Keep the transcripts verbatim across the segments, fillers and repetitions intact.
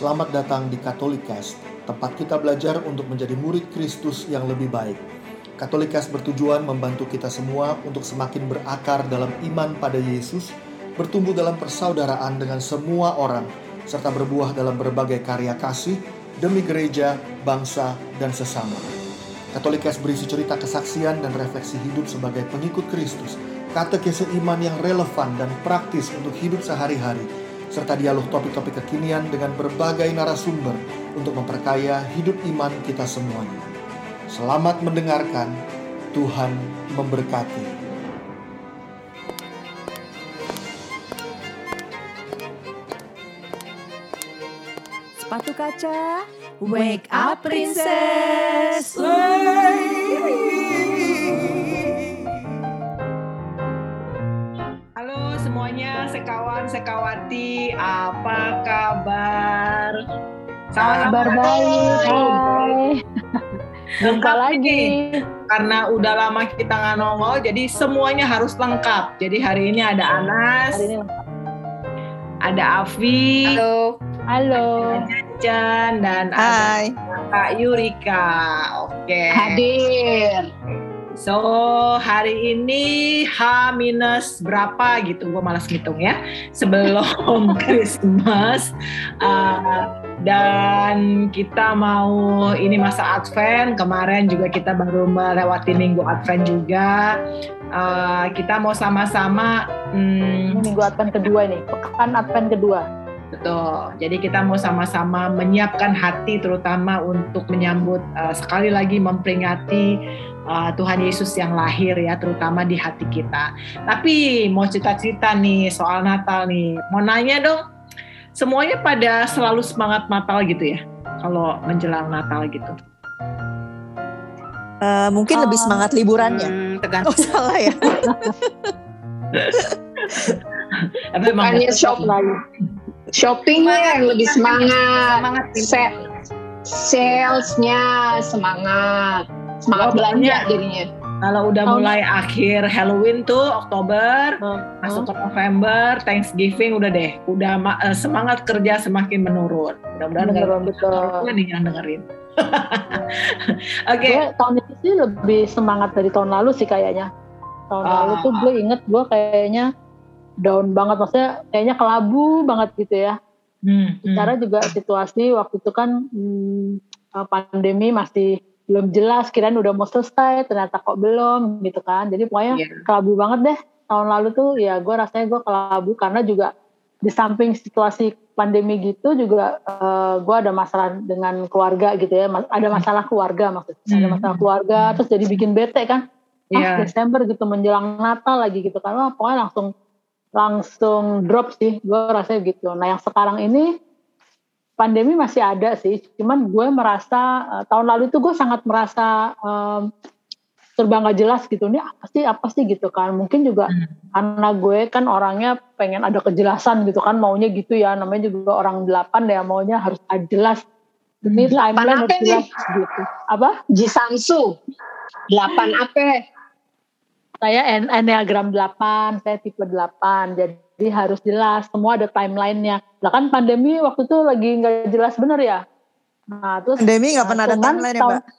Selamat datang di Katolikas, tempat kita belajar untuk menjadi murid Kristus yang lebih baik. Katolikas bertujuan membantu kita semua untuk semakin berakar dalam iman pada Yesus, bertumbuh dalam persaudaraan dengan semua orang, serta berbuah dalam berbagai karya kasih demi gereja, bangsa, dan sesama. Katolikas berisi cerita kesaksian dan refleksi hidup sebagai pengikut Kristus, katekese iman yang relevan dan praktis untuk hidup sehari-hari, serta dialog topik-topik kekinian dengan berbagai narasumber untuk memperkaya hidup iman kita semuanya. Selamat mendengarkan, Tuhan memberkati. Sepatu kaca, wake up princess. Halo semuanya, sekawan sekawati, apa kabar? Kabar baik, hai. Jumpa lagi. Karena udah lama kita nggak nongol, jadi semuanya harus lengkap. Jadi hari ini ada Anas, Hari ini ada Afi, Halo. Halo. ada Jan, dan Hai. ada Kak Yurika. Oke. Hadir. So hari ini H minus berapa gitu, gue malas ngitung ya, sebelum Christmas, uh, dan kita mau ini masa Advent. Kemarin juga kita baru melewati minggu Advent juga. Uh, kita mau sama-sama Ini hmm, minggu Advent kedua nih, pekan Advent kedua. betul. Jadi kita mau sama-sama menyiapkan hati, terutama untuk menyambut uh, sekali lagi memperingati uh, Tuhan Yesus yang lahir ya, terutama di hati kita. Tapi mau cerita-cerita nih soal Natal nih. Mau nanya dong, semuanya pada selalu semangat Natal gitu ya? Kalau menjelang Natal gitu. Uh, mungkin Oh. lebih semangat liburannya. Hmm, tergantung. Oh salah ya. Tapi emang Bukannya shop Lagi. shoppingnya yang lebih semangat, semangat nih. Se- salesnya semangat, semangat Oh, belanja pokoknya- jadinya. Kalau udah Tahun- mulai akhir Halloween tuh Oktober, Hmm. masuk ke November, Thanksgiving udah deh, udah ma- eh, semangat kerja semakin menurun. Mudah-mudahan Betul, dengerin betul. nih yang dengerin. Oke, Gue tahun ini sih lebih semangat dari tahun lalu sih kayaknya. Tahun Ah. lalu tuh gue inget gue kayaknya down banget, maksudnya kayaknya kelabu banget gitu ya. Hmm, hmm. Secara juga situasi waktu itu kan hmm, eh, pandemi masih belum jelas, kirain udah mau selesai, ternyata kok belum gitu kan. Jadi pokoknya Iya. kelabu banget deh. Tahun lalu tuh ya gue rasanya gue kelabu karena juga di samping situasi pandemi gitu juga eh, gue ada masalah dengan keluarga gitu ya. Mas- Ada masalah keluarga maksudnya. Ada Hmm. masalah keluarga terus jadi bikin bete kan. Ah, Iya. Desember gitu menjelang Natal lagi gitu kan. Wah, pokoknya langsung langsung drop sih. Gue rasanya gitu. Nah, yang sekarang ini pandemi masih ada sih. Cuman gue merasa eh, tahun lalu itu gue sangat merasa em, serba nggak jelas gitu. Ini apa sih apa sih gitu kan. Mungkin juga Hmm. karena gue kan orangnya pengen ada kejelasan gitu kan. Maunya gitu ya. Namanya juga orang delapan ya. Maunya harus ada jelas. Ini Delapan timeline apa harus nih? jelas gitu. Apa? Jisamsu, delapan apa? Saya en- Enneagram delapan, saya tipe delapan, jadi harus jelas, semua ada timelinenya. Nah kan pandemi waktu itu lagi nggak jelas bener ya. Nah terus Pandemi nggak nah, pernah ada cuman timeline ya tahun- Mbak?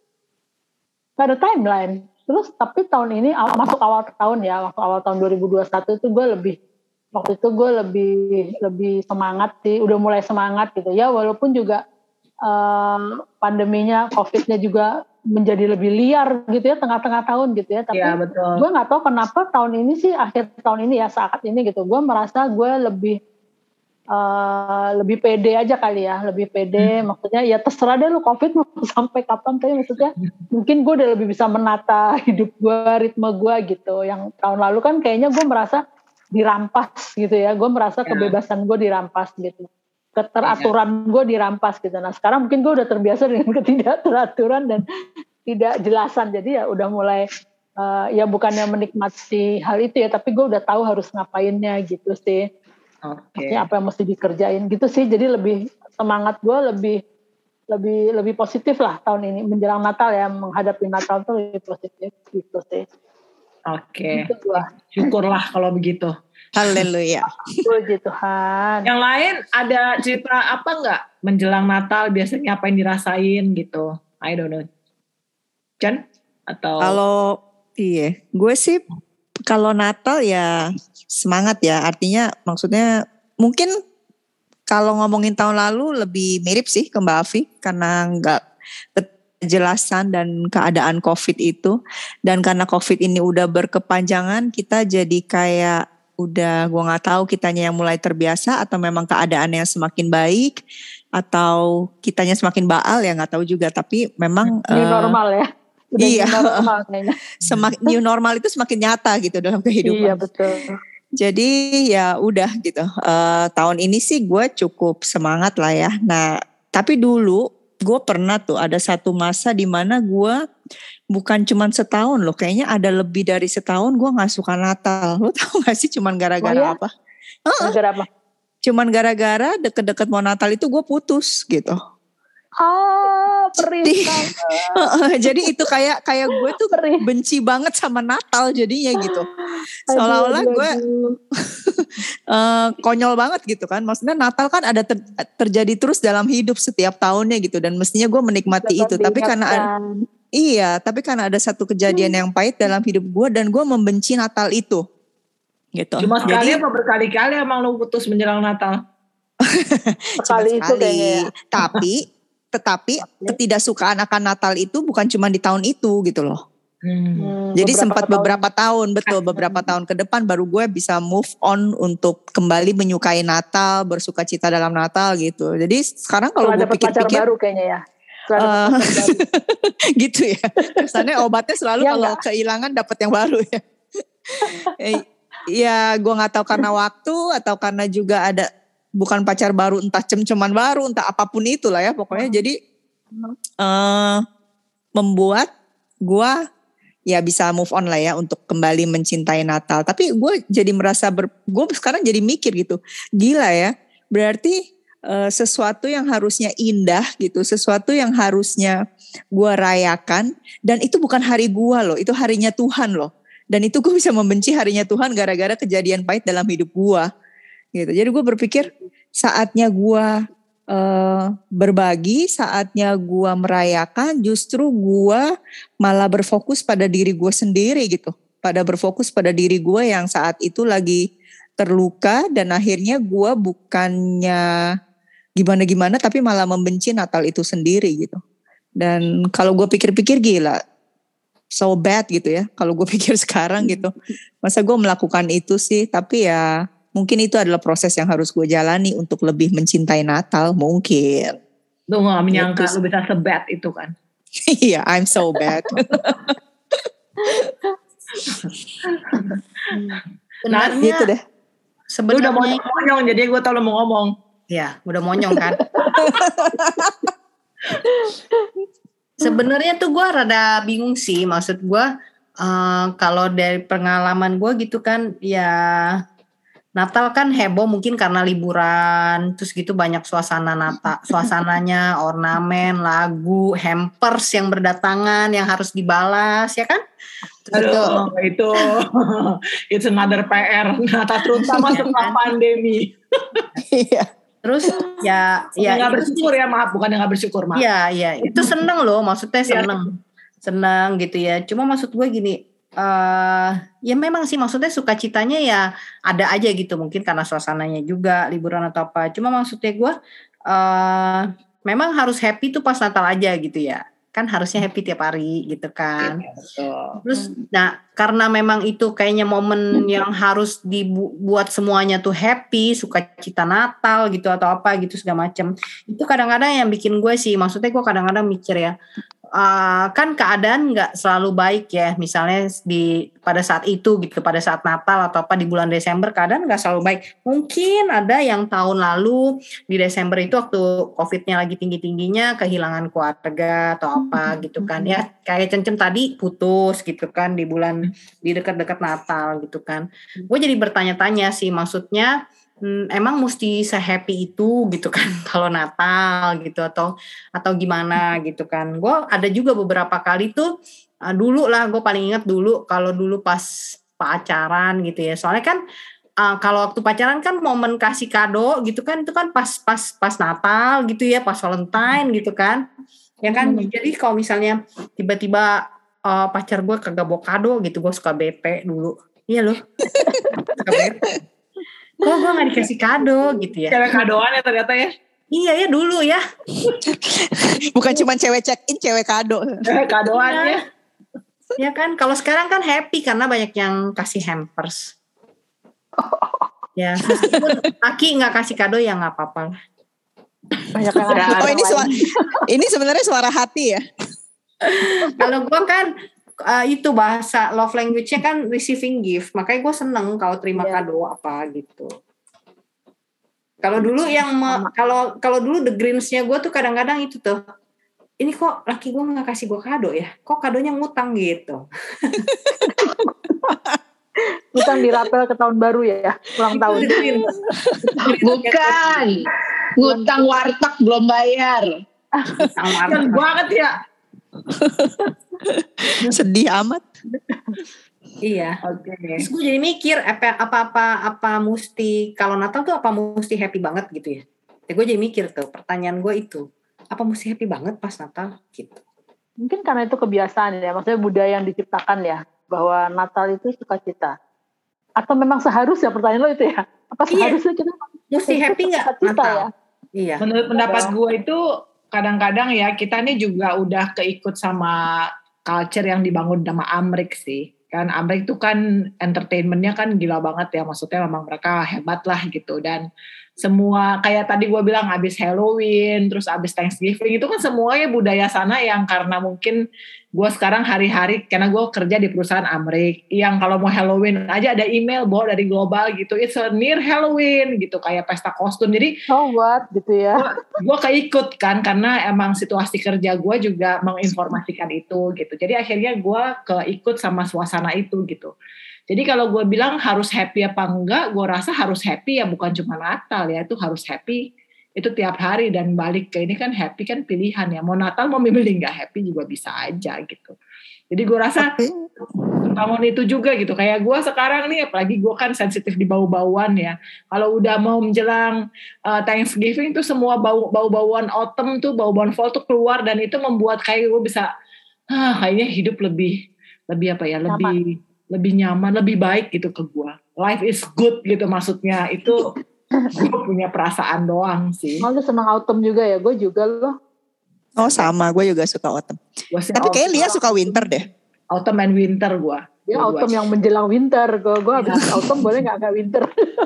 nggak ada timeline. Terus tapi tahun ini aw- masuk awal tahun ya, waktu awal tahun dua ribu dua puluh satu itu gue lebih, waktu itu gue lebih lebih semangat sih, udah mulai semangat gitu ya, walaupun juga eh, pandeminya, covidnya juga menjadi lebih liar gitu ya tengah-tengah tahun gitu ya. Tapi Iya, betul. gue nggak tahu kenapa tahun ini sih, akhir tahun ini ya, saat ini gitu, gue merasa gue lebih eh, lebih pede aja kali ya, lebih pede. Maksudnya ya terserah deh lu covid mau sampai kapan, tapi maksudnya mungkin gue udah lebih bisa menata hidup gue, ritme gue gitu. Yang tahun lalu kan kayaknya gue merasa dirampas gitu ya, gue merasa Ya. kebebasan gue dirampas gitu, keteraturan gue dirampas gitu. Nah sekarang mungkin gue udah terbiasa dengan ketidakteraturan dan tidak jelasan, jadi ya udah mulai uh, ya bukannya menikmati hal itu ya, tapi gue udah tahu harus ngapainnya gitu sih. Oke. Maksudnya apa yang mesti dikerjain gitu sih, jadi lebih semangat gue lebih lebih lebih positif lah tahun ini menjelang Natal ya, menghadapi Natal tuh lebih positif gitu sih. Oke. Gitu gua. Syukurlah kalau begitu. Haleluya. Puji Tuhan. Yang lain ada cerita apa nggak menjelang Natal biasanya apa yang dirasain gitu? I don't know. Chan atau? Kalau iya, gue sih kalau Natal ya semangat ya. Artinya maksudnya mungkin kalau ngomongin tahun lalu lebih mirip sih ke Mbak Afi karena nggak kejelasan dan keadaan COVID itu, dan karena COVID ini udah berkepanjangan kita jadi kayak udah gue nggak tahu kitanya yang mulai terbiasa atau memang keadaannya semakin baik atau kitanya semakin baal ya nggak tahu juga, tapi memang New uh, normal ya. Udah iya new normal kayaknya. Semak, new normal itu semakin nyata gitu dalam kehidupan. Iya betul. Jadi ya udah gitu. Uh, tahun ini sih gue cukup semangat lah ya. Nah tapi dulu gue pernah tuh ada satu masa di mana gue bukan cuman setahun loh, kayaknya ada lebih dari setahun gue nggak suka Natal. Lo tau gak sih cuman gara-gara oh, ya? apa? Gara-gara apa? Cuman gara-gara deket-deket mau Natal itu gue putus gitu. Ah, perih Jadi, banget. jadi itu kayak kayak gue tuh Perih. benci banget sama Natal jadinya gitu. Aduh, Seolah-olah aduh, gue aduh. uh, konyol banget gitu kan. Maksudnya Natal kan ada ter, terjadi terus dalam hidup setiap tahunnya gitu, dan mestinya gue menikmati Tetap itu. Tapi karena ada, diingatkan. iya, tapi karena ada satu kejadian yang pahit dalam hidup gue dan gue membenci Natal itu. Gitu. Cuma sekali Jadi, apa berkali-kali emang lu putus menjelang Natal? cuma Sekali itu kayaknya ya. Tapi tetapi ketidaksukaan akan Natal itu bukan cuma di tahun itu gitu loh. Hmm. Hmm, Jadi beberapa sempat tahun. beberapa tahun, betul beberapa tahun ke depan baru gue bisa move on untuk kembali menyukai Natal, bersuka cita dalam Natal gitu. Jadi sekarang kalau Setelah gue dapat pacar pikir-pikir baru kayaknya ya. Setelah dapat uh, pacar baru. gitu ya. Kesannya obatnya selalu Ya kalau enggak? kehilangan dapat yang baru ya. Eh, ya gue nggak tahu karena waktu atau karena juga ada bukan pacar baru, entah cem-ceman baru, entah apapun itulah ya pokoknya. Jadi uh, membuat gue ya bisa move on lah ya untuk kembali mencintai Natal. Tapi gue jadi merasa, ber, gue sekarang jadi mikir gitu, gila ya, berarti uh, sesuatu yang harusnya indah gitu, sesuatu yang harusnya gue rayakan, dan itu bukan hari gue loh, itu harinya Tuhan loh. Dan itu gue bisa membenci harinya Tuhan gara-gara kejadian pahit dalam hidup gue. Gitu. Jadi gue berpikir saatnya gue uh, berbagi, saatnya gue merayakan, justru gue malah berfokus pada diri gue sendiri gitu. Pada berfokus pada diri gue yang saat itu lagi terluka, dan akhirnya gue bukannya gimana-gimana tapi malah membenci Natal itu sendiri gitu. Dan kalau gue pikir-pikir gila, so bad gitu ya. Kalau gue pikir sekarang gitu, masa gue melakukan itu sih. Tapi ya mungkin itu adalah proses yang harus gue jalani untuk lebih mencintai Natal mungkin. Lu gak menyangka Gitu. lu bisa se-bad itu kan. Iya, I'm so bad. Nah, Sebenarnya, Gitu deh. lu udah sebenarnya, monyong-monyong jadi gue tau lu mau ngomong. ya udah monyong kan. Sebenarnya tuh gue rada bingung sih, maksud gue uh, kalau dari pengalaman gue gitu kan, ya Natal kan heboh mungkin karena liburan, terus gitu banyak suasana Natal, suasananya, ornamen, lagu, hampers yang berdatangan yang harus dibalas, ya kan? Terus itu, Aduh, itu it's another P R. Natal terutama setelah pandemi. Iya. terus ya, Ya, ya nggak itu bersyukur ya, maaf, bukan yang nggak bersyukur, maaf. Iya, iya, itu seneng loh, maksudnya Iya. seneng, seneng gitu ya. Cuma maksud gue gini, uh, ya memang sih maksudnya sukacitanya ya ada aja gitu, mungkin karena suasananya juga liburan atau apa. Cuma maksudnya gue, uh, memang harus happy tuh pas Natal aja gitu ya. Kan harusnya happy tiap hari gitu kan. Iya, betul. Terus, nah karena memang itu kayaknya momen yang harus dibuat semuanya tuh happy, sukacita Natal gitu atau apa gitu segala macam. Itu kadang-kadang yang bikin gue sih, maksudnya gue kadang-kadang mikir ya, uh, kan keadaan nggak selalu baik ya. Misalnya di pada saat itu gitu, pada saat Natal atau apa di bulan Desember keadaan nggak selalu baik. Mungkin ada yang tahun lalu di Desember itu waktu COVID-nya lagi tinggi-tingginya kehilangan keluarga atau apa gitu kan ya, kayak Cencem tadi putus gitu kan di bulan di dekat-dekat Natal gitu kan. Gue jadi bertanya-tanya sih, maksudnya hmm, emang mesti se-happy itu gitu kan kalau Natal gitu atau atau gimana gitu kan. Gue ada juga beberapa kali tuh uh, dulu lah, gue paling ingat dulu kalau dulu pas pacaran gitu ya, soalnya kan uh, kalau waktu pacaran kan momen kasih kado gitu kan, itu kan pas pas pas Natal gitu ya, pas Valentine gitu kan. Ya kan, hmm. jadi kalau misalnya tiba-tiba uh, pacar gue kagak bawa kado gitu, gue suka bete dulu. Iya loh. Suka bete. Kok gue gak dikasih kado gitu ya. Cewek kadoan ya ternyata ya. Iya ya dulu ya. Bukan cuma cewek check in, cewek kado. Cewek kadoan ya. Ya kan, kalau sekarang kan happy karena banyak yang kasih hampers. Ya, meskipun Aki nggak kasih kado ya nggak apa-apa lah. Banyak yang oh ini suara, ini sebenarnya suara hati ya. Kalau gue kan uh, itu bahasa love language-nya kan receiving gift, makanya gue seneng kalau terima yeah. kado apa gitu. Kalau dulu yang me, kalau kalau dulu the Grinch-nya gue tuh kadang-kadang itu tuh. Ini kok laki gue gak kasih gue kado ya? Kok kadonya ngutang gitu? Ngutang di rapel ke tahun baru ya? Ulang tahun. Bukan. Ngutang warteg belum bayar. Kan banget ya. Sedih amat. Iya. Oke. Okay. Terus gue jadi mikir apa apa apa mesti kalau Natal tuh apa mesti happy banget gitu ya? Ya gue jadi mikir tuh pertanyaan gue itu. Apa mesti happy banget pas Natal gitu? Mungkin karena itu kebiasaan ya, maksudnya budaya yang diciptakan ya, bahwa Natal itu sukacita. Atau memang seharusnya, pertanyaan lo itu ya? Apa seharusnya iya. kita mesti happy nggak Natal? Ya? Iya. Menurut pendapat gue itu kadang-kadang ya kita nih juga udah keikut sama culture yang dibangun sama Amrik sih. Kan Amrik itu kan entertainmentnya kan gila banget ya, maksudnya memang mereka hebat lah gitu. Dan semua kayak tadi gue bilang abis Halloween terus abis Thanksgiving itu kan semuanya budaya sana yang karena mungkin gue sekarang hari-hari karena gue kerja di perusahaan Amrik yang kalau mau Halloween aja ada email bawa dari global gitu, it's a near Halloween gitu, kayak pesta kostum. Jadi oh what gitu ya, gue keikut kan karena emang situasi kerja gue juga menginformasikan itu gitu. Jadi akhirnya gue keikut sama suasana itu gitu. Jadi kalau gue bilang harus happy apa enggak, gue rasa harus happy ya, bukan cuma Natal ya, itu harus happy itu tiap hari. Dan balik ke ini kan happy kan pilihan ya, mau Natal mau memilih nggak happy juga bisa aja gitu. Jadi gue rasa bangun itu juga gitu, kayak gue sekarang nih apalagi gue kan sensitif di bau-bauan ya. Kalau udah mau menjelang uh, Thanksgiving tuh semua bau bau-bauan autumn tuh, bau-bauan fall tuh keluar, dan itu membuat kayak gue bisa ah, kayaknya hidup lebih lebih apa ya, lebih lebih nyaman, lebih baik gitu ke gue. Life is good gitu maksudnya. Itu gue punya perasaan doang sih. Oh, lu senang autumn juga ya? Gue juga loh. Oh sama, gue juga suka autumn. Tapi kayak Lia suka winter deh. Autumn and winter gue. Ya autumn yang menjelang winter. Gue gue habis autumn boleh nggak agak winter.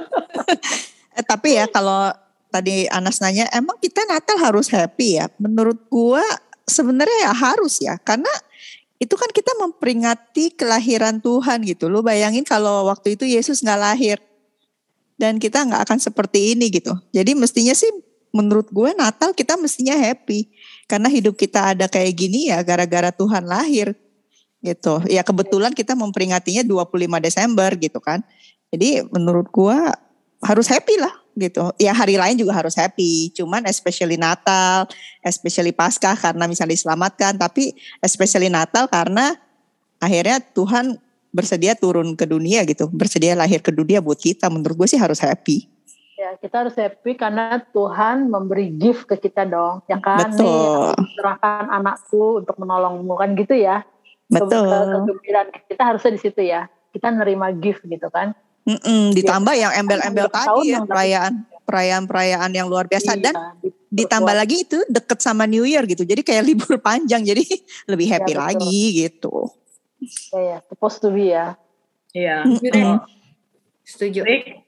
eh, tapi ya kalau tadi Anas nanya, emang kita Natal harus happy ya? Menurut gue sebenarnya ya harus ya, karena itu kan kita memperingati kelahiran Tuhan gitu. Lu bayangin kalau waktu itu Yesus gak lahir. Dan kita gak akan seperti ini gitu. Jadi mestinya sih menurut gue Natal kita mestinya happy. Karena hidup kita ada kayak gini ya gara-gara Tuhan lahir gitu. Ya kebetulan kita memperingatinya dua puluh lima Desember gitu kan. Jadi menurut gue harus happy lah gitu. Ya hari lain juga harus happy. Cuman especially Natal, especially Paskah karena misalnya diselamatkan. Tapi especially Natal karena akhirnya Tuhan bersedia turun ke dunia gitu. Bersedia lahir ke dunia buat kita. Menurut gue sih harus happy. Ya kita harus happy karena Tuhan memberi gift ke kita dong. Yang kan betul. Nih serahkan anakku untuk menolongmu kan gitu ya. Betul. Kegembiraan kita harusnya di situ ya. Kita nerima gift gitu kan. Mm-mm, ditambah ya, yang embel-embel tadi ya, perayaan perayaan-perayaan yang luar biasa. Iya, dan ditambah lagi itu deket sama New Year gitu, jadi kayak libur panjang, jadi lebih happy ya, lagi gitu. Ya, ya, supposed to be ya. Iya. Mm-hmm. Setuju.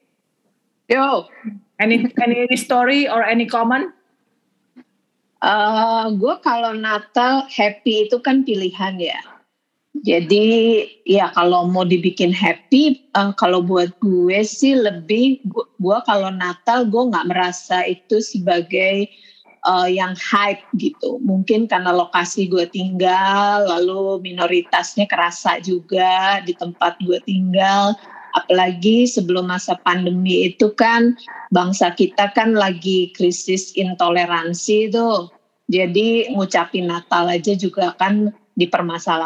Yo, any any story or any comment? Uh, gue kalau Natal happy itu kan pilihan ya. Jadi ya kalau mau dibikin happy, uh, kalau buat gue sih lebih, gue, gue kalau Natal gue nggak merasa itu sebagai uh, yang hype gitu. Mungkin karena lokasi gue tinggal, lalu minoritasnya kerasa juga di tempat gue tinggal. Apalagi sebelum masa pandemi itu kan bangsa kita kan lagi krisis intoleransi tuh. Jadi ngucapin Natal aja juga kan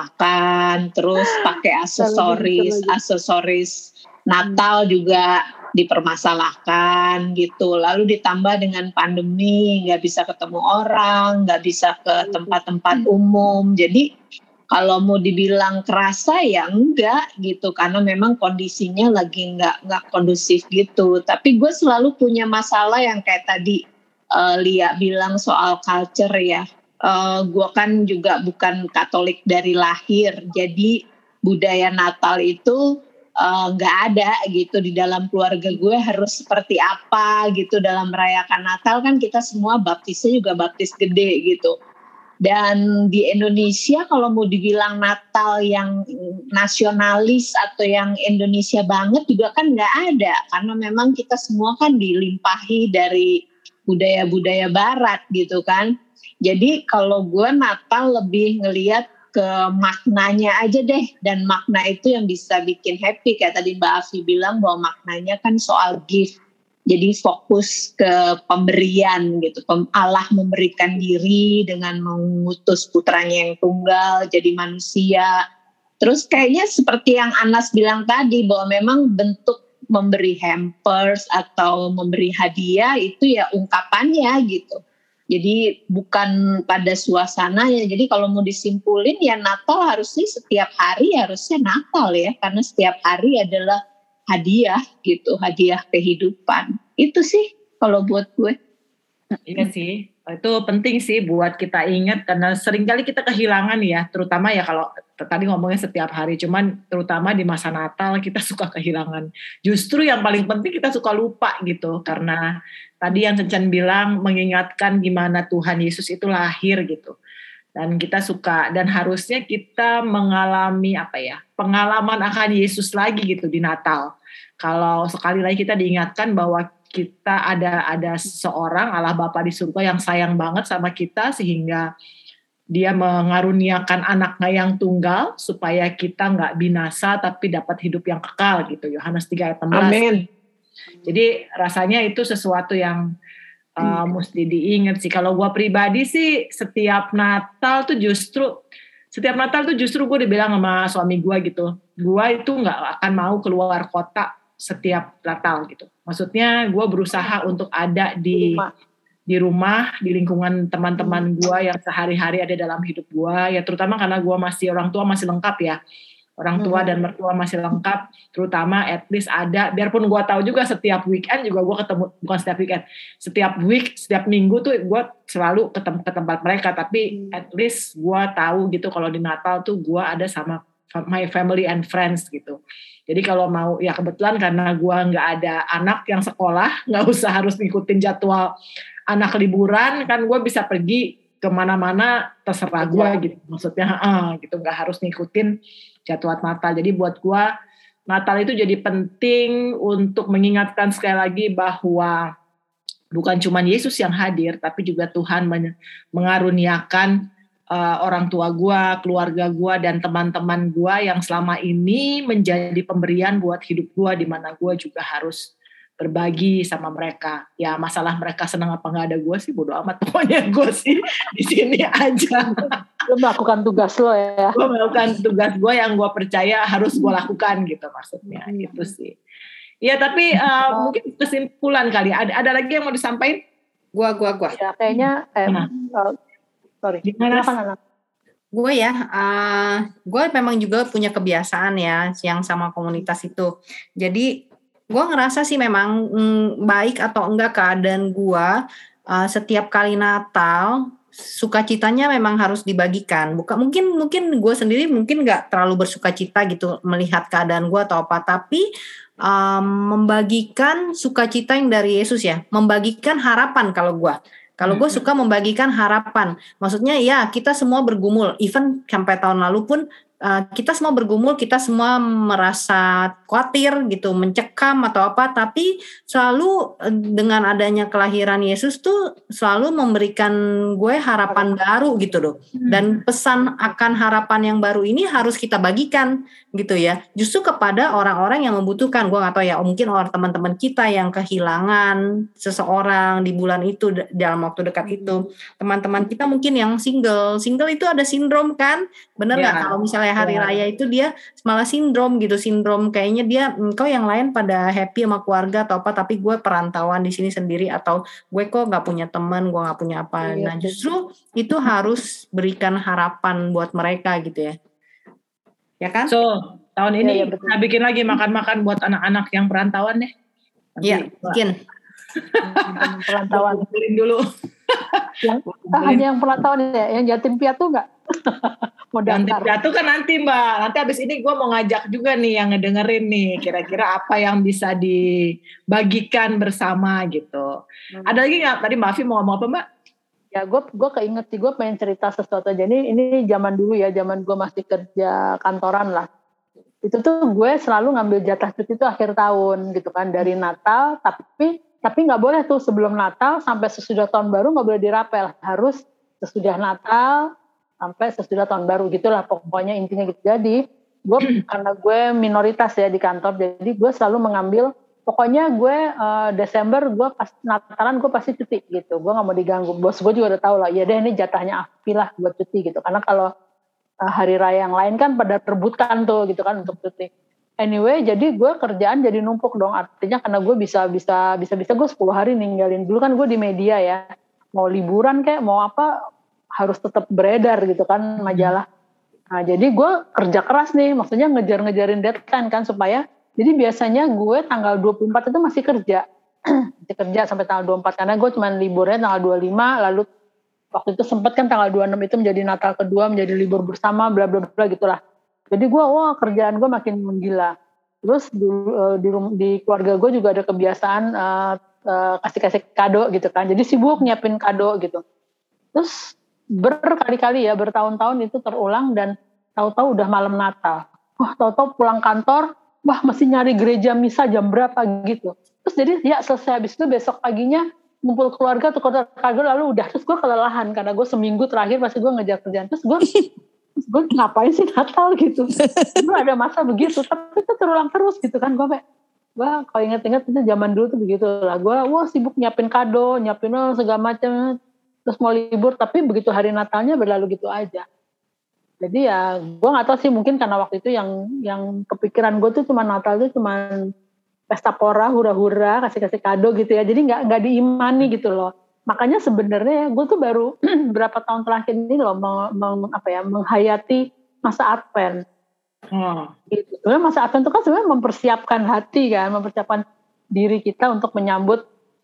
dipermasalahkan, terus pakai aksesoris aksesoris Natal juga dipermasalahkan gitu. Lalu ditambah dengan pandemi, nggak bisa ketemu orang, nggak bisa ke tempat-tempat umum. Jadi kalau mau dibilang kerasa ya enggak gitu, karena memang kondisinya lagi nggak nggak kondusif gitu. Tapi gue selalu punya masalah yang kayak tadi uh, Lia bilang soal culture ya. Uh, gue kan juga bukan Katolik dari lahir, jadi budaya Natal itu nggak uh, ada gitu di dalam keluarga gue harus seperti apa gitu. Dalam merayakan Natal kan kita semua baptisnya juga baptis gede gitu. Dan di Indonesia kalau mau dibilang Natal yang nasionalis atau yang Indonesia banget juga kan nggak ada, karena memang kita semua kan dilimpahi dari budaya-budaya Barat gitu kan. Jadi kalau gue Natal lebih ngelihat ke maknanya aja deh, dan makna itu yang bisa bikin happy. Kayak tadi Mbak Afi bilang bahwa maknanya kan soal gift, jadi fokus ke pemberian gitu. Allah memberikan diri dengan mengutus putranya yang tunggal jadi manusia. Terus kayaknya seperti yang Anas bilang tadi, bahwa memang bentuk memberi hampers atau memberi hadiah itu ya ungkapannya gitu. Jadi bukan pada suasananya. Jadi kalau mau disimpulin ya Natal harusnya setiap hari harusnya Natal ya. Karena setiap hari adalah hadiah gitu. Hadiah kehidupan. Itu sih kalau buat gue. Iya sih. Itu penting sih buat kita ingat. Karena seringkali kita kehilangan ya. Terutama ya kalau tadi ngomongnya setiap hari. Cuman terutama di masa Natal kita suka kehilangan. Justru yang paling penting kita suka lupa gitu. Karena tadi yang Cencan bilang mengingatkan gimana Tuhan Yesus itu lahir gitu. Dan kita suka, dan harusnya kita mengalami apa ya, pengalaman akan Yesus lagi gitu di Natal. Kalau sekali lagi kita diingatkan bahwa kita ada ada seorang Allah Bapa di surga yang sayang banget sama kita, sehingga dia mengaruniakan anaknya yang tunggal supaya kita nggak binasa tapi dapat hidup yang kekal gitu. Yohanes tiga ayat enam belas. Amin. Jadi rasanya itu sesuatu yang uh, hmm. mesti diingat sih. Kalau gue pribadi sih setiap Natal tuh justru setiap Natal tuh justru gue dibilang sama suami gue gitu, gue itu nggak akan mau keluar kota setiap Natal gitu. Maksudnya gue berusaha untuk ada di rumah. di rumah, di lingkungan teman-teman gue yang sehari-hari ada dalam hidup gue. Ya terutama karena gue masih orang tua masih lengkap ya. Orang tua dan mertua masih lengkap, terutama at least ada, biarpun gue tahu juga setiap weekend juga gue ketemu, bukan setiap weekend, setiap week, setiap minggu tuh gue selalu ketemu ke tempat mereka, tapi at least gue tahu gitu kalau di Natal tuh gue ada sama my family and friends gitu. Jadi kalau mau, ya kebetulan karena gue nggak ada anak yang sekolah, nggak usah harus ngikutin jadwal anak liburan, kan gue bisa pergi kemana-mana terserah gue gitu, maksudnya ah, gitu nggak harus ngikutin jadwal Natal. Jadi buat gue Natal itu jadi penting untuk mengingatkan sekali lagi bahwa bukan cuma Yesus yang hadir, tapi juga Tuhan mengaruniakan uh, orang tua gue, keluarga gue, dan teman-teman gue yang selama ini menjadi pemberian buat hidup gue, di mana gue juga harus berbagi sama mereka. Ya masalah mereka senang apa nggak ada gue sih bodo amat. Pokoknya gue sih di sini aja. Lo melakukan tugas lo ya. Gue melakukan tugas gue yang gue percaya harus gue lakukan gitu maksudnya. Hmm. Itu sih. Ya tapi uh, oh. mungkin kesimpulan kali. Ada ada lagi yang mau disampaikan? Gua gua gua. Ya kayaknya. Eh, nah. uh, sorry. Gimana? Gue ya, uh, gue memang juga punya kebiasaan ya yang sama komunitas itu. Jadi gue ngerasa sih memang mm, baik atau enggak keadaan gue uh, setiap kali Natal sukacitanya memang harus dibagikan. Bukan mungkin mungkin gue sendiri mungkin nggak terlalu bersukacita gitu melihat keadaan gue atau apa, tapi um, membagikan sukacita yang dari Yesus ya, membagikan harapan kalau gue. Kalau gue suka membagikan harapan, maksudnya ya kita semua bergumul, even sampai tahun lalu pun uh, kita semua bergumul, kita semua merasa khawatir gitu, mencekam atau apa, tapi selalu uh, dengan adanya kelahiran Yesus tuh selalu memberikan gue harapan baru gitu loh. Dan pesan akan harapan yang baru ini harus kita bagikan gitu ya, justru kepada orang-orang yang membutuhkan. Gue gak tahu ya, mungkin orang teman-teman kita yang kehilangan seseorang di bulan itu dalam waktu dekat itu, teman-teman kita mungkin yang single, single itu ada sindrom kan, bener nggak? Yeah. Kalau misalnya misalnya hari Ya. raya itu dia malah sindrom gitu, sindrom kayaknya dia kau yang lain pada happy sama keluarga atau apa, tapi gue perantauan di sini sendiri, atau gue kok nggak punya teman, gue nggak punya apa. Iya, Nah justru itu harus berikan harapan buat mereka gitu ya, ya kan? So tahun Iya, ini iya, betul. kita bikin lagi makan-makan buat anak-anak yang perantauan deh. Nanti Iya, gua- bikin. Teman perantauan. gua kumpulin dulu. Yang ah, hanya yang perantauan ya, yang yatim piatu nggak? Mau Nanti daftar. jatuh kan nanti Mbak. Nanti abis ini gue mau ngajak juga nih yang ngedengerin nih. Kira-kira apa yang bisa dibagikan bersama gitu. Hmm. Ada lagi nggak? Tadi Mbak Afi mau ngomong apa Mbak? Ya gue gue keinget sih, gue pengen cerita sesuatu aja. Ini ini zaman dulu ya, zaman gue masih kerja kantoran lah. Itu tuh gue selalu ngambil jatah cuti itu akhir tahun gitu kan, dari Natal. Tapi tapi nggak boleh tuh sebelum Natal sampai sesudah tahun baru nggak boleh dirapel. Harus sesudah Natal sampai sesudah tahun baru gitulah pokoknya intinya gitu. Jadi gue karena gue minoritas ya di kantor, jadi gue selalu mengambil pokoknya gue uh, Desember gue pas Natalan gue pasti cuti gitu. Gue nggak mau diganggu. Bos gue juga udah tahu lah. Ya deh ini jatahnya Afi lah buat cuti gitu. Karena kalau uh, hari raya yang lain kan pada rebutan tuh gitu kan untuk cuti. Anyway, jadi gue kerjaan jadi numpuk dong. Artinya karena gue bisa bisa bisa bisa gue sepuluh hari ninggalin. Dulu kan gue di media ya. Mau liburan kayak mau apa harus tetap beredar gitu kan majalah. Nah jadi gue kerja keras nih, maksudnya ngejar-ngejarin deadline kan supaya, jadi biasanya gue tanggal dua puluh empat itu masih kerja, masih kerja sampai tanggal dua puluh empat karena gue cuma liburnya tanggal dua puluh lima, lalu waktu itu sempat kan tanggal dua puluh enam itu menjadi Natal kedua, menjadi libur bersama, bla bla bla gitulah. Jadi gue wah kerjaan gue makin menggila. Terus di, di, di keluarga gue juga ada kebiasaan uh, uh, kasih-kasih kado gitu kan, jadi sibuk nyiapin kado gitu. Terus berkali-kali ya, bertahun-tahun itu terulang dan tahu-tahu udah malam Natal. Wah, tahu-tahu pulang kantor, wah masih nyari gereja misa jam berapa gitu. Terus jadi ya selesai habis itu besok paginya ngumpul keluarga tuh kado lalu udah. Terus gue kelelahan karena gue seminggu terakhir pasti gue ngejar kerjaan. Terus gue gue ngapain sih Natal gitu. Gue ada masa begitu, tapi itu terulang terus gitu kan. Gue kayak, wah kalau inget-inget itu zaman dulu tuh begitu lah. Gue wah sibuk nyiapin kado, nyiapin oh, segala macam. Terus mau libur, tapi begitu hari Natalnya berlalu gitu aja. Jadi ya, gue nggak tahu sih mungkin karena waktu itu yang yang kepikiran gue tuh cuma Natal tuh cuma pesta pora, hura-hura, kasih-kasih kado gitu ya. Jadi nggak nggak diimani gitu loh. Makanya sebenarnya gue tuh baru berapa tahun terakhir ini loh meng, meng, apa ya menghayati masa Advent. Hmm. Gitu. Sebenarnya masa Advent itu kan sebenarnya mempersiapkan hati kan, mempersiapkan diri kita untuk menyambut.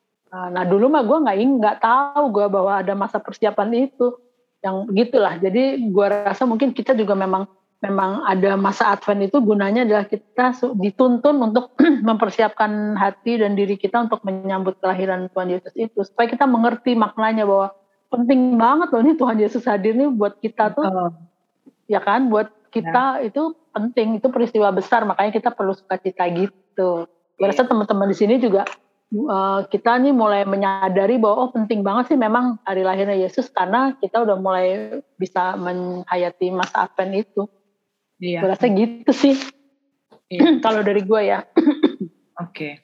Nah dulu mah gue nggak nggak tahu gue bahwa ada masa persiapan itu yang gitulah. Jadi gue rasa mungkin kita juga memang memang ada masa Advent itu gunanya adalah kita dituntun untuk mempersiapkan hati dan diri kita untuk menyambut kelahiran Tuhan Yesus itu supaya kita mengerti maknanya bahwa penting banget loh ini Tuhan Yesus hadir nih buat kita tuh oh. ya kan buat kita ya. Itu penting, itu peristiwa besar makanya kita perlu sukacita gitu. Gue rasa teman-teman di sini juga Uh, kita nih mulai menyadari bahwa oh penting banget sih memang hari lahirnya Yesus karena kita udah mulai bisa menghayati masa Advent itu. Iya. Gue rasa gitu sih. Iya. Kalau dari gue ya. Oke. Okay.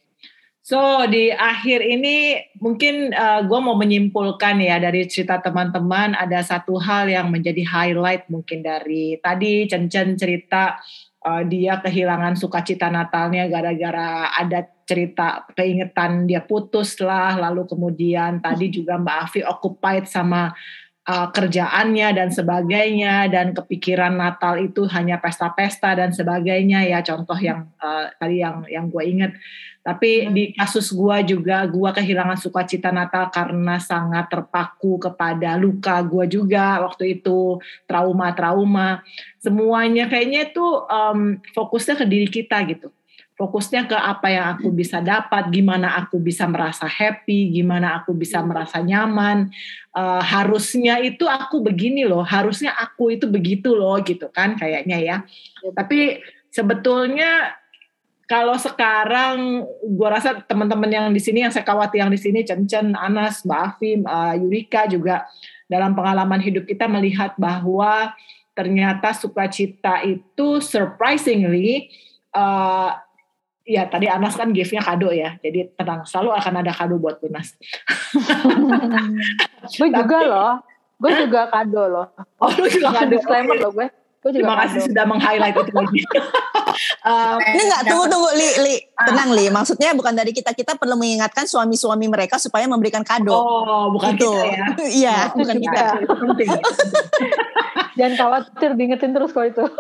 So di akhir ini mungkin uh, gue mau menyimpulkan ya dari cerita teman-teman ada satu hal yang menjadi highlight mungkin dari tadi Cen-Cen cerita uh, dia kehilangan sukacita Natalnya gara-gara ada cerita keingetan dia putus lah, lalu kemudian tadi juga Mbak Afi occupied sama uh, kerjaannya dan sebagainya, dan kepikiran Natal itu hanya pesta-pesta dan sebagainya ya, contoh yang uh, tadi yang yang gue inget. Tapi hmm. di kasus gue juga, gue kehilangan sukacita Natal karena sangat terpaku kepada luka gue juga waktu itu, trauma-trauma, semuanya kayaknya itu um, fokusnya ke diri kita gitu. Fokusnya ke apa yang aku bisa dapat, gimana aku bisa merasa happy, gimana aku bisa merasa nyaman. Uh, harusnya itu aku begini loh, harusnya aku itu begitu loh gitu kan kayaknya ya. Ya. Tapi sebetulnya kalau sekarang gue rasa teman-teman yang di sini, yang saya khawatir yang di sini, Cen-Cen, Anas, Mbak Afi, uh, Yurika juga dalam pengalaman hidup kita melihat bahwa ternyata sukacita itu surprisingly uh, ya tadi Anas kan gift-nya kado ya, jadi tenang, selalu akan ada kado buat Anas. Gue juga loh, gue juga kado loh. Oh lu juga kado. Disclaimer loh gue. Gue juga Terima kasih kado. sudah meng-highlight itu lagi. um, Ini enggak, tunggu tunggu Li, Li. Tenang Li, maksudnya bukan dari kita-kita perlu mengingatkan suami-suami mereka supaya memberikan kado. Oh, bukan Gitu. kita ya. Iya, Oh, bukan itu kita. juga. Itu penting. Jangan khawatir, diingetin terus kalau itu.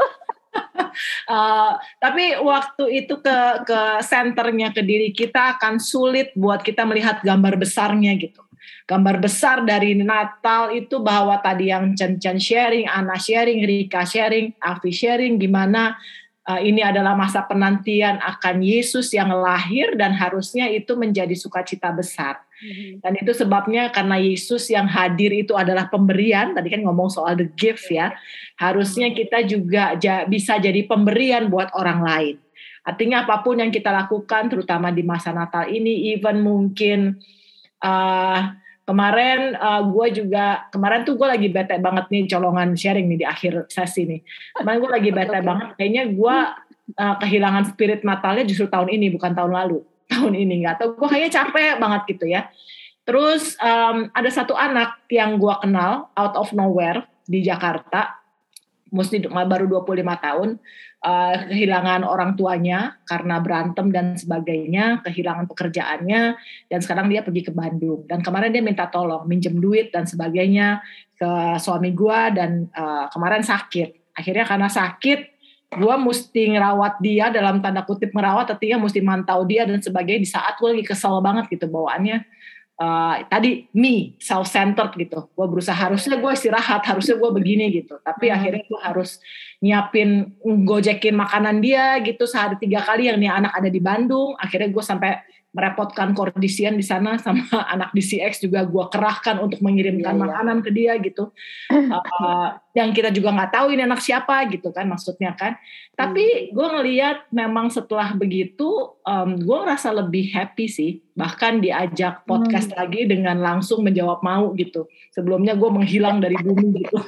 Uh, tapi waktu itu ke ke senternya ke diri kita akan sulit buat kita melihat gambar besarnya gitu. Gambar besar dari Natal itu bahwa tadi yang Chen-Chen sharing, Ana sharing, Rika sharing, Afi sharing, gimana uh, ini adalah masa penantian akan Yesus yang lahir dan harusnya itu menjadi sukacita besar. Dan itu sebabnya karena Yesus yang hadir itu adalah pemberian, tadi kan ngomong soal the gift ya, harusnya kita juga ja, bisa jadi pemberian buat orang lain. Artinya apapun yang kita lakukan, terutama di masa Natal ini, even mungkin uh, kemarin uh, gue juga, kemarin tuh gue lagi bete banget nih, colongan sharing nih di akhir sesi nih. Kemarin gue lagi bete banget, kayaknya gue uh, kehilangan spirit Natalnya justru tahun ini, bukan tahun lalu. Tahun ini nggak tahu, gue kayaknya capek banget gitu ya. Terus um, ada satu anak yang gue kenal out of nowhere di Jakarta, mesti baru dua puluh lima tahun, uh, kehilangan orang tuanya karena berantem dan sebagainya, kehilangan pekerjaannya, dan sekarang dia pergi ke Bandung. Dan kemarin dia minta tolong, minjem duit dan sebagainya ke suami gue, dan uh, kemarin sakit. Akhirnya karena sakit, gue mesti ngerawat dia, dalam tanda kutip ngerawat, artinya mesti mantau dia dan sebagainya, di saat gue lagi kesel banget gitu bawaannya. Uh, tadi me, self-centered gitu. Gue berusaha, harusnya gue istirahat, harusnya gue begini gitu. Tapi hmm. akhirnya gue harus nyiapin, gojekin makanan dia gitu sehari tiga kali, yang nih anak ada di Bandung. Akhirnya gue sampai merepotkan kordisian di sana, sama anak D C X juga gue kerahkan untuk mengirimkan yeah, makanan yeah. ke dia gitu. Uh, yang kita juga nggak tahu ini anak siapa gitu kan, maksudnya kan. Tapi gue ngelihat memang setelah begitu, um, gue ngerasa lebih happy sih. Bahkan diajak podcast hmm. lagi dengan langsung menjawab mau gitu. Sebelumnya gue menghilang dari bumi gitu.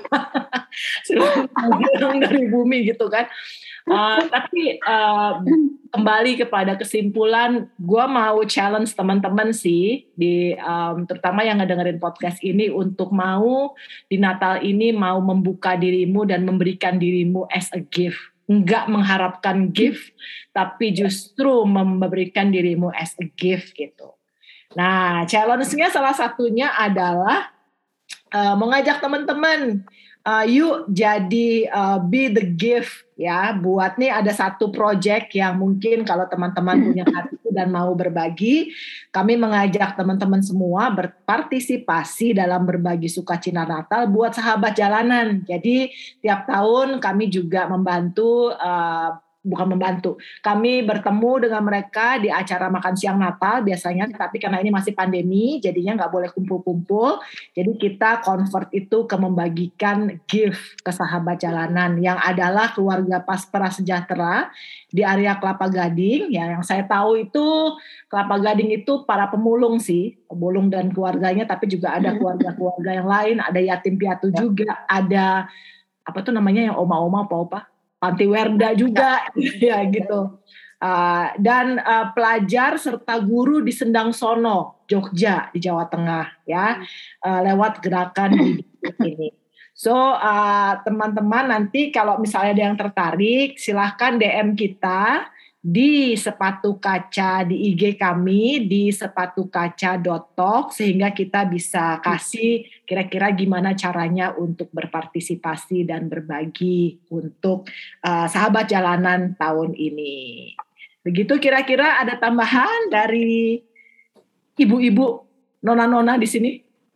menghilang dari bumi gitu kan. Uh, tapi uh, kembali kepada kesimpulan, gue mau challenge teman-teman sih, di um, terutama yang ngedengerin podcast ini, untuk mau di Natal ini mau membuka dirimu dan memberikan dirimu as a gift. Enggak mengharapkan gift, tapi justru memberikan dirimu as a gift gitu. Nah, challenge-nya salah satunya adalah uh, mengajak teman-teman, Uh, yuk jadi uh, be the gift ya. Buat nih ada satu project yang mungkin kalau teman-teman punya hati dan mau berbagi, kami mengajak teman-teman semua berpartisipasi dalam berbagi sukacita Natal buat sahabat jalanan. Jadi tiap tahun kami juga membantu, uh, bukan membantu, kami bertemu dengan mereka di acara makan siang Natal biasanya, tapi karena ini masih pandemi jadinya nggak boleh kumpul-kumpul, jadi kita convert itu ke membagikan gift ke sahabat jalanan yang adalah keluarga Paspera Sejahtera di area Kelapa Gading. Ya, yang saya tahu itu Kelapa Gading itu para pemulung sih, pemulung dan keluarganya, tapi juga ada keluarga-keluarga yang lain, ada yatim piatu juga, ada apa tuh namanya yang oma-oma apa-apa, Panti Werda juga, ya gitu. Uh, dan uh, pelajar serta guru di Sendang Sono, Jogja di Jawa Tengah, ya, uh, lewat gerakan di ini. So uh, teman-teman nanti kalau misalnya ada yang tertarik, silahkan D M kita di Sepatu Kaca di I G kami di sepatu kaca dot talk, sehingga kita bisa kasih kira-kira gimana caranya untuk berpartisipasi dan berbagi untuk uh, sahabat jalanan tahun ini. Begitu kira-kira. Ada tambahan dari ibu-ibu, nona-nona di sini?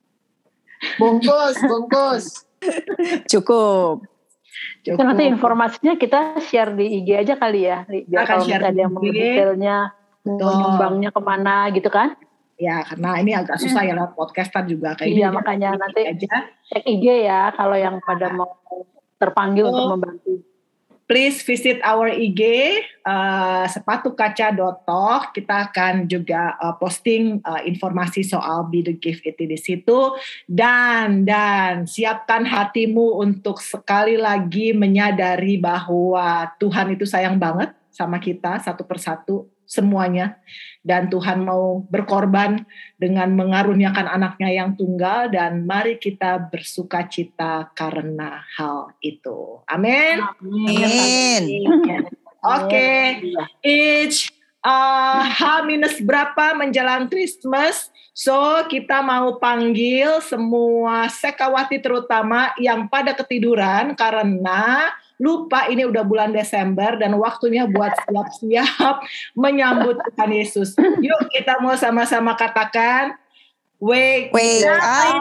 Bungkus, bungkus. Cukup. Itu nanti informasinya kita share di I G aja kali ya, biar kalau ada yang mau detailnya, nyumbangnya kemana gitu kan? Ya, karena ini agak susah ya lewat podcaster juga kayak iya, ini. Makanya nanti aja. Cek I G ya kalau yang pada mau terpanggil so, untuk membantu. Please visit our I G uh, sepatu kaca dot talk. Kita akan juga uh, posting uh, informasi soal Be the Gift itu di situ, dan dan siapkan hatimu untuk sekali lagi menyadari bahwa Tuhan itu sayang banget sama kita satu persatu. semuanya. Dan Tuhan mau berkorban dengan mengaruniakan anaknya yang tunggal, dan mari kita bersuka cita karena hal itu. Amin. Amin. Oke, each uh, H minus berapa menjelang Christmas. So kita mau panggil semua sekawati terutama yang pada ketiduran karena lupa ini udah bulan Desember dan waktunya buat siap-siap menyambut Tuhan Yesus. Yuk kita mau sama-sama katakan, Wake, Wake up,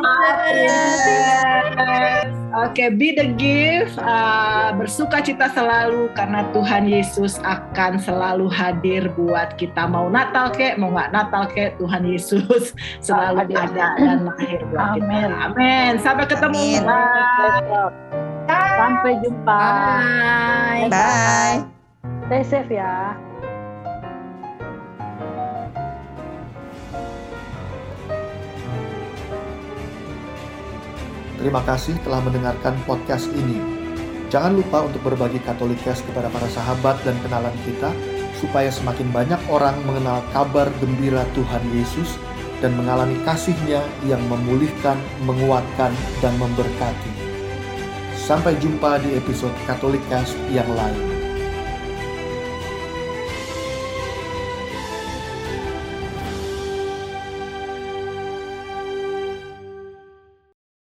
Oke, okay, be the gift, uh, bersuka cita selalu karena Tuhan Yesus akan selalu hadir buat kita. Mau Natal kek, mau nggak Natal kek, Tuhan Yesus selalu hadir. Ada dan lahir buat Amin. kita. Amin. Sampai ketemu. Amin. Bye. Sampai jumpa. Bye. Bye. Stay safe ya. Terima kasih telah mendengarkan podcast ini. Jangan lupa untuk berbagi Katolikast kepada para sahabat dan kenalan kita, supaya semakin banyak orang mengenal kabar gembira Tuhan Yesus dan mengalami kasih-Nya yang memulihkan, menguatkan, dan memberkati. Sampai jumpa di episode Katolikast yang lain.